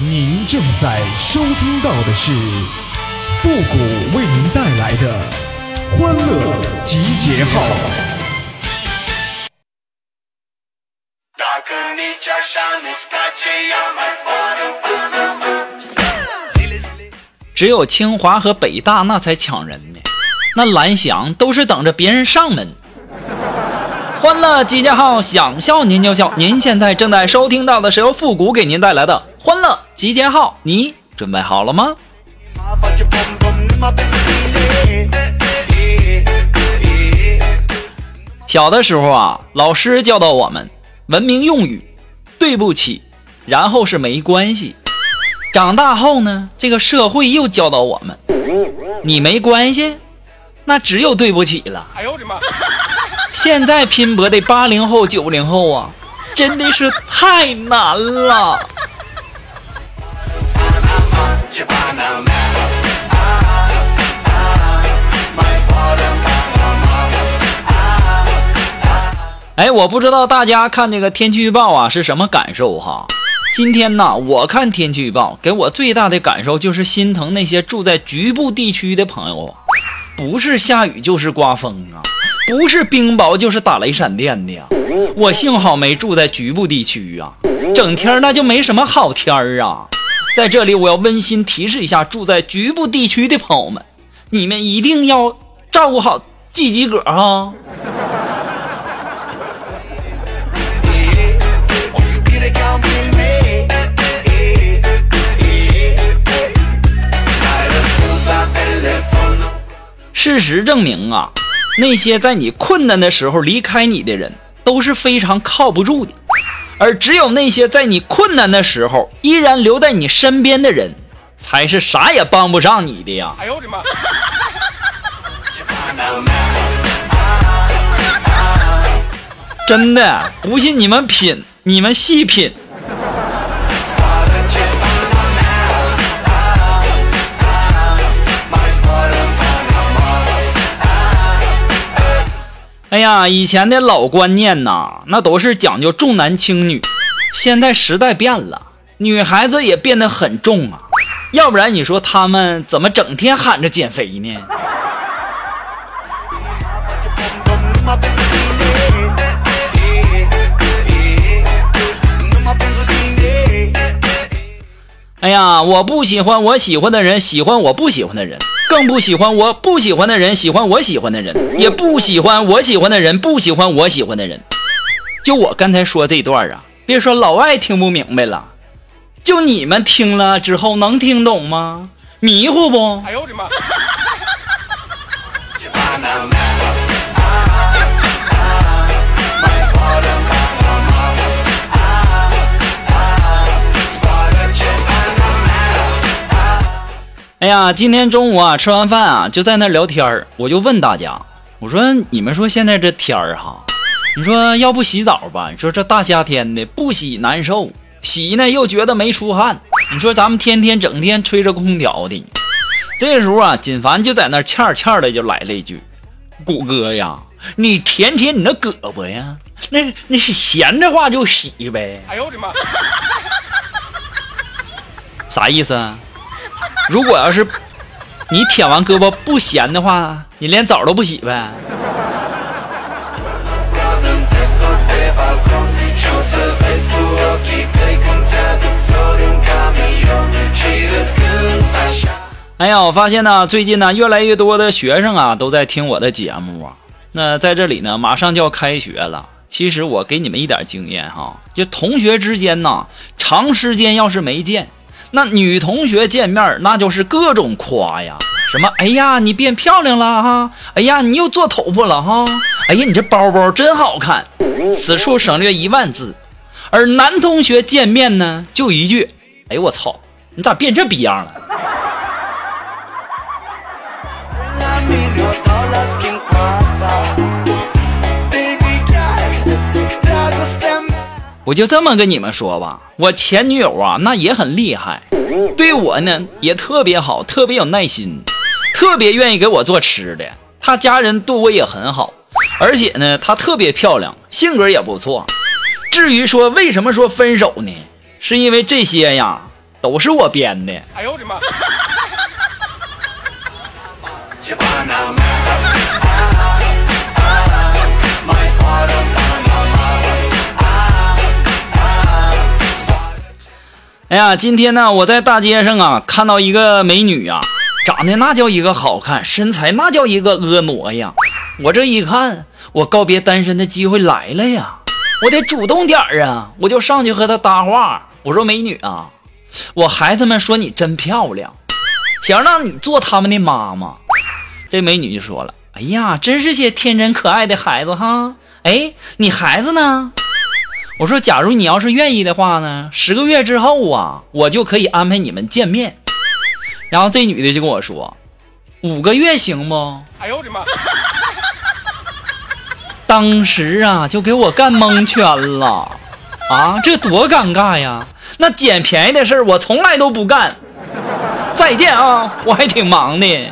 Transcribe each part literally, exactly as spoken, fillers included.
您正在收听到的是复古为您带来的欢乐集结号。 只有清华和北大那才抢人呢，那蓝翔都是等着别人上门。欢乐集结号，想笑您就笑。您现在正在收听到的是由复古给您带来的欢乐集结号，你准备好了吗？小的时候啊，老师教导我们文明用语，对不起，然后是没关系。长大后呢，这个社会又教导我们，你没关系，那只有对不起了。哎呦我的妈！现在拼搏的八零后、九零后啊，真的是太难了。哎，我不知道大家看那个天气预报啊是什么感受哈。今天呢，我看天气预报，给我最大的感受就是心疼那些住在局部地区的朋友啊，不是下雨就是刮风啊，不是冰雹就是打雷闪电的呀。我幸好没住在局部地区啊，整天那就没什么好天儿啊。在这里我要温馨提示一下住在局部地区的朋友们，你们一定要照顾好自己个儿啊。事实证明啊，那些在你困难的时候离开你的人都是非常靠不住的，而只有那些在你困难的时候依然留在你身边的人才是啥也帮不上你的呀。哎呦我的妈！真的不信你们品，你们细品。哎呀，以前的老观念呐，那都是讲究重男轻女。现在时代变了，女孩子也变得很重啊，要不然你说他们怎么整天喊着减肥呢？哎呀，我不喜欢我喜欢的人喜欢我不喜欢的人，更不喜欢我不喜欢的人喜欢我喜欢的人，也不喜欢我喜欢的人不喜欢我喜欢的人。就我刚才说这段啊，别说老外听不明白了，就你们听了之后能听懂吗？迷糊不？哎呦我的妈！哎呀，今天中午啊，吃完饭啊，就在那聊天儿，我就问大家，我说你们说现在这天儿哈，你说要不洗澡吧，你说这大夏天的不洗难受，洗呢又觉得没出汗，你说咱们天天整天吹着空调的。这时候啊，锦凡就在那欠欠的就来了一句，谷哥呀，你舔舔你那胳膊呀，那那是闲着话就洗呗。哎呦我的妈！啥意思啊？如果要是你舔完胳膊不闲的话，你连澡都不洗呗。哎呀，我发现呢，最近呢，越来越多的学生啊都在听我的节目啊。那在这里呢，马上就要开学了。其实我给你们一点经验哈，就同学之间呢，长时间要是没见，那女同学见面那就是各种夸呀，什么哎呀你变漂亮了哈，哎呀你又做头发了哈，哎呀你这包包真好看，此处省略一万字。而男同学见面呢就一句，哎我操你咋变这逼样了。我就这么跟你们说吧，我前女友啊那也很厉害，对我呢也特别好，特别有耐心，特别愿意给我做吃的，她家人对我也很好，而且呢她特别漂亮，性格也不错。至于说为什么说分手呢，是因为这些呀都是我编的。 哎呦我的妈！ 哎呀，今天呢，我在大街上啊看到一个美女啊，长得那叫一个好看，身材那叫一个婀娜呀。我这一看，我告别单身的机会来了呀，我得主动点啊，我就上去和她搭话。我说美女啊，我孩子们说你真漂亮，想让你做他们的妈妈。这美女就说了，哎呀，真是些天真可爱的孩子哈。哎，你孩子呢？我说假如你要是愿意的话呢，十个月之后啊，我就可以安排你们见面。然后这女的就跟我说，五个月行不？ 哎呦我的妈！ 当时啊就给我干蒙圈了啊，这多尴尬呀。那捡便宜的事儿我从来都不干。再见啊，我还挺忙的。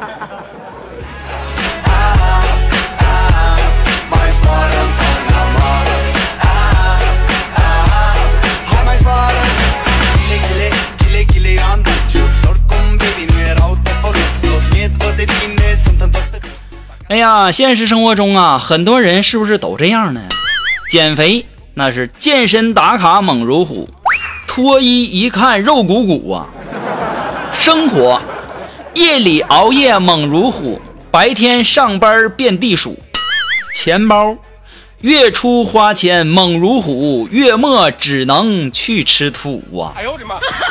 哎呀，现实生活中啊，很多人是不是都这样呢？减肥那是健身打卡猛如虎，脱衣一看肉鼓鼓啊。生活夜里熬夜猛如虎，白天上班遍地数。钱包月初花钱猛如虎，月末只能去吃土啊。 哎呦我的妈！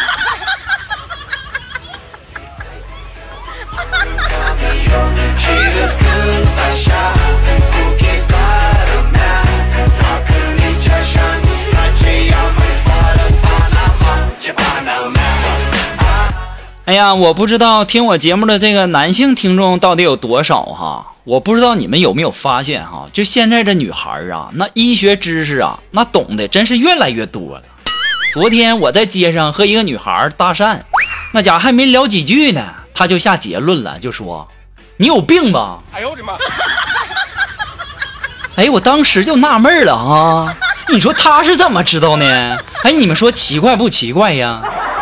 哎呀，我不知道听我节目的这个男性听众到底有多少哈，我不知道你们有没有发现哈，就现在这女孩啊，那医学知识啊，那懂得真是越来越多了。昨天我在街上和一个女孩搭讪，那家还没聊几句呢，她就下结论了，就说你有病吧。 哎呦我的妈！ 哎，我当时就纳闷了啊，你说她是怎么知道呢？哎，你们说奇怪不奇怪呀？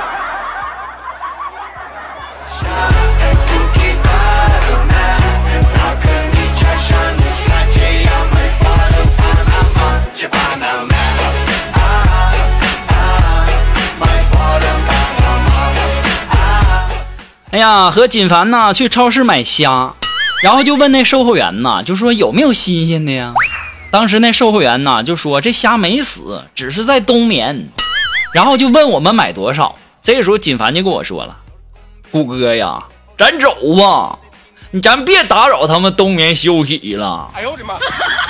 哎呀，和锦凡呢去超市买虾，然后就问那售货员呢，就说有没有新鲜的呀？当时那售货员呢就说这虾没死，只是在冬眠，然后就问我们买多少。这个时候锦凡就跟我说了，谷哥呀，咱走吧，你咱别打扰他们冬眠休息了。 哎呦我的妈！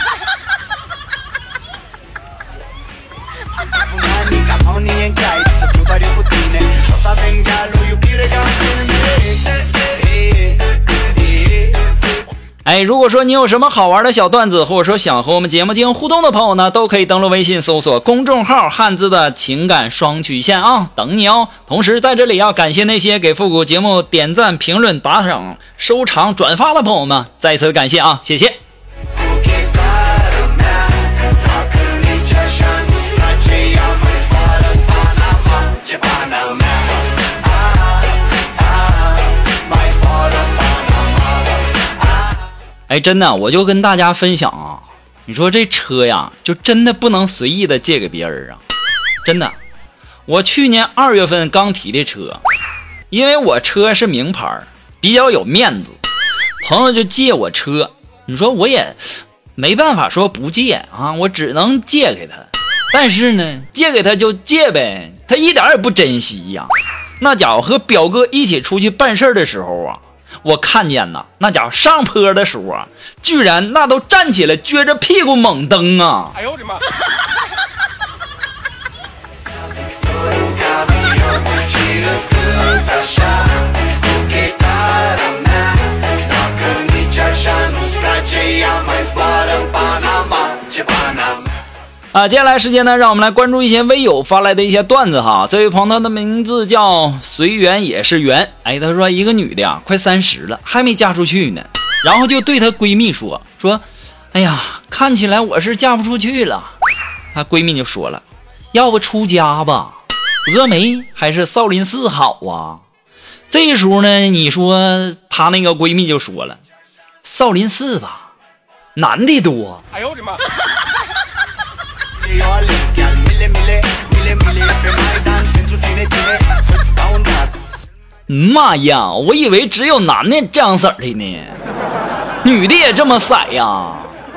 哎，如果说你有什么好玩的小段子，或者说想和我们节目进行互动的朋友呢，都可以登录微信搜索公众号汉字的情感双曲线啊，等你哦。同时在这里要感谢那些给复古节目点赞、评论、打赏、收藏、转发的朋友们，再次感谢啊，谢谢。哎，真的，我就跟大家分享啊，你说这车呀，就真的不能随意的借给别人啊，真的。我去年二月份刚提的车，因为我车是名牌，比较有面子，朋友就借我车，你说我也没办法说不借啊，我只能借给他。但是呢，借给他就借呗，他一点也不珍惜呀。那家伙和表哥一起出去办事的时候啊，我看见呐，那家伙上坡的时候啊，居然那都站起来撅着屁股猛蹬啊！ 哎呦我的妈！ 啊，接下来时间呢，让我们来关注一些微友发来的一些段子哈。这位朋友的名字叫随缘也是缘，哎，他说一个女的呀，快三十了，还没嫁出去呢，然后就对她闺蜜说说，哎呀，看起来我是嫁不出去了。她闺蜜就说了，要不出家吧。 峨眉还是少林寺好啊？这时候呢，你说她那个闺蜜就说了，少林寺吧，男的多。哎呦我的妈！妈呀，我以为只有男的这样色的呢，女的也这么色呀。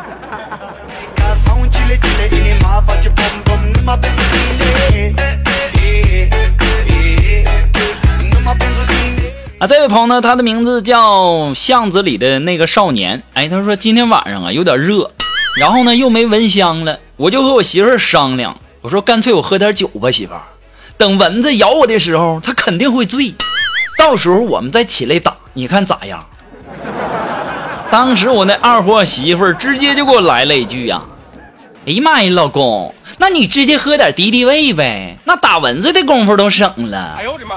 啊，这位朋友呢，他的名字叫巷子里的那个少年。哎，他说今天晚上啊有点热，然后呢又没蚊香了，我就和我媳妇儿商量，我说干脆我喝点酒吧，媳妇儿，等蚊子咬我的时候，她肯定会醉，到时候我们再起来打，你看咋样？当时我那二货媳妇儿直接就给我来了一句呀、啊，哎呀妈呀，老公，那你直接喝点敌敌畏呗，那打蚊子的功夫都省了。哎呦我的妈！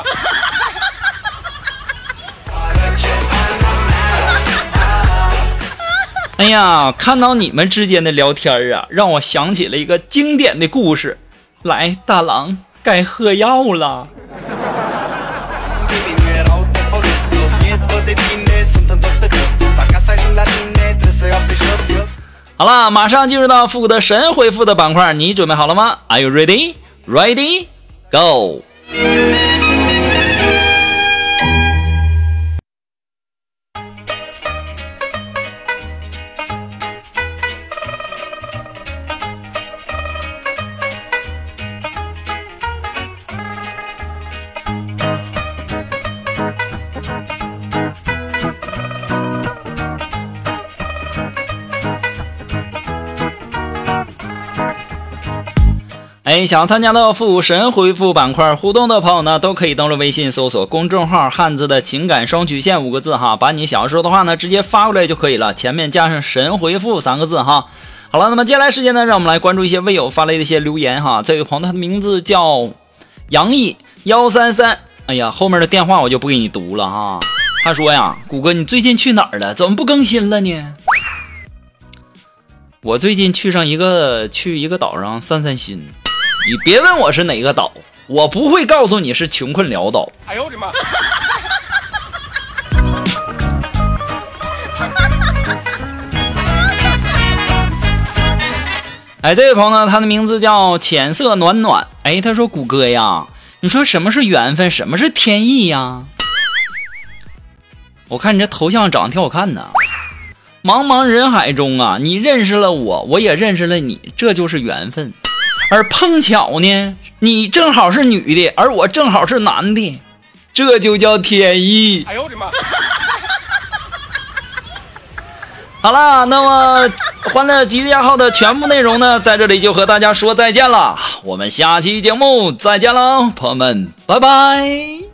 哎呀，看到你们之间的聊天啊，让我想起了一个经典的故事。来，大郎，该喝药了。好了，马上进入到复古的神回复的板块，你准备好了吗？ Are you ready? Ready? Go! 哎，想参加到复神回复板块互动的朋友呢，都可以登录微信搜索公众号汉字的情感双曲线五个字哈，把你想要说的话呢直接发过来就可以了，前面加上神回复三个字哈。好了，那么接下来时间呢，让我们来关注一些微友发来的一些留言哈。这位朋友他的名字叫杨毅一三三，哎呀，后面的电话我就不给你读了哈。他说呀，谷歌你最近去哪儿了？怎么不更新了呢？我最近去上一个去一个岛上散散心。你别问我是哪个岛，我不会告诉你是穷困潦倒。哎呦我的妈！哎，这位朋友呢，他的名字叫浅色暖暖。哎，他说谷歌呀，你说什么是缘分，什么是天意呀？我看你这头像长得挺好看的。茫茫人海中啊，你认识了我，我也认识了你，这就是缘分。而碰巧呢，你正好是女的，而我正好是男的，这就叫天意。哎呦我的妈！好了，那么欢乐集结号的全部内容呢，在这里就和大家说再见了，我们下期节目再见了，朋友们，拜拜。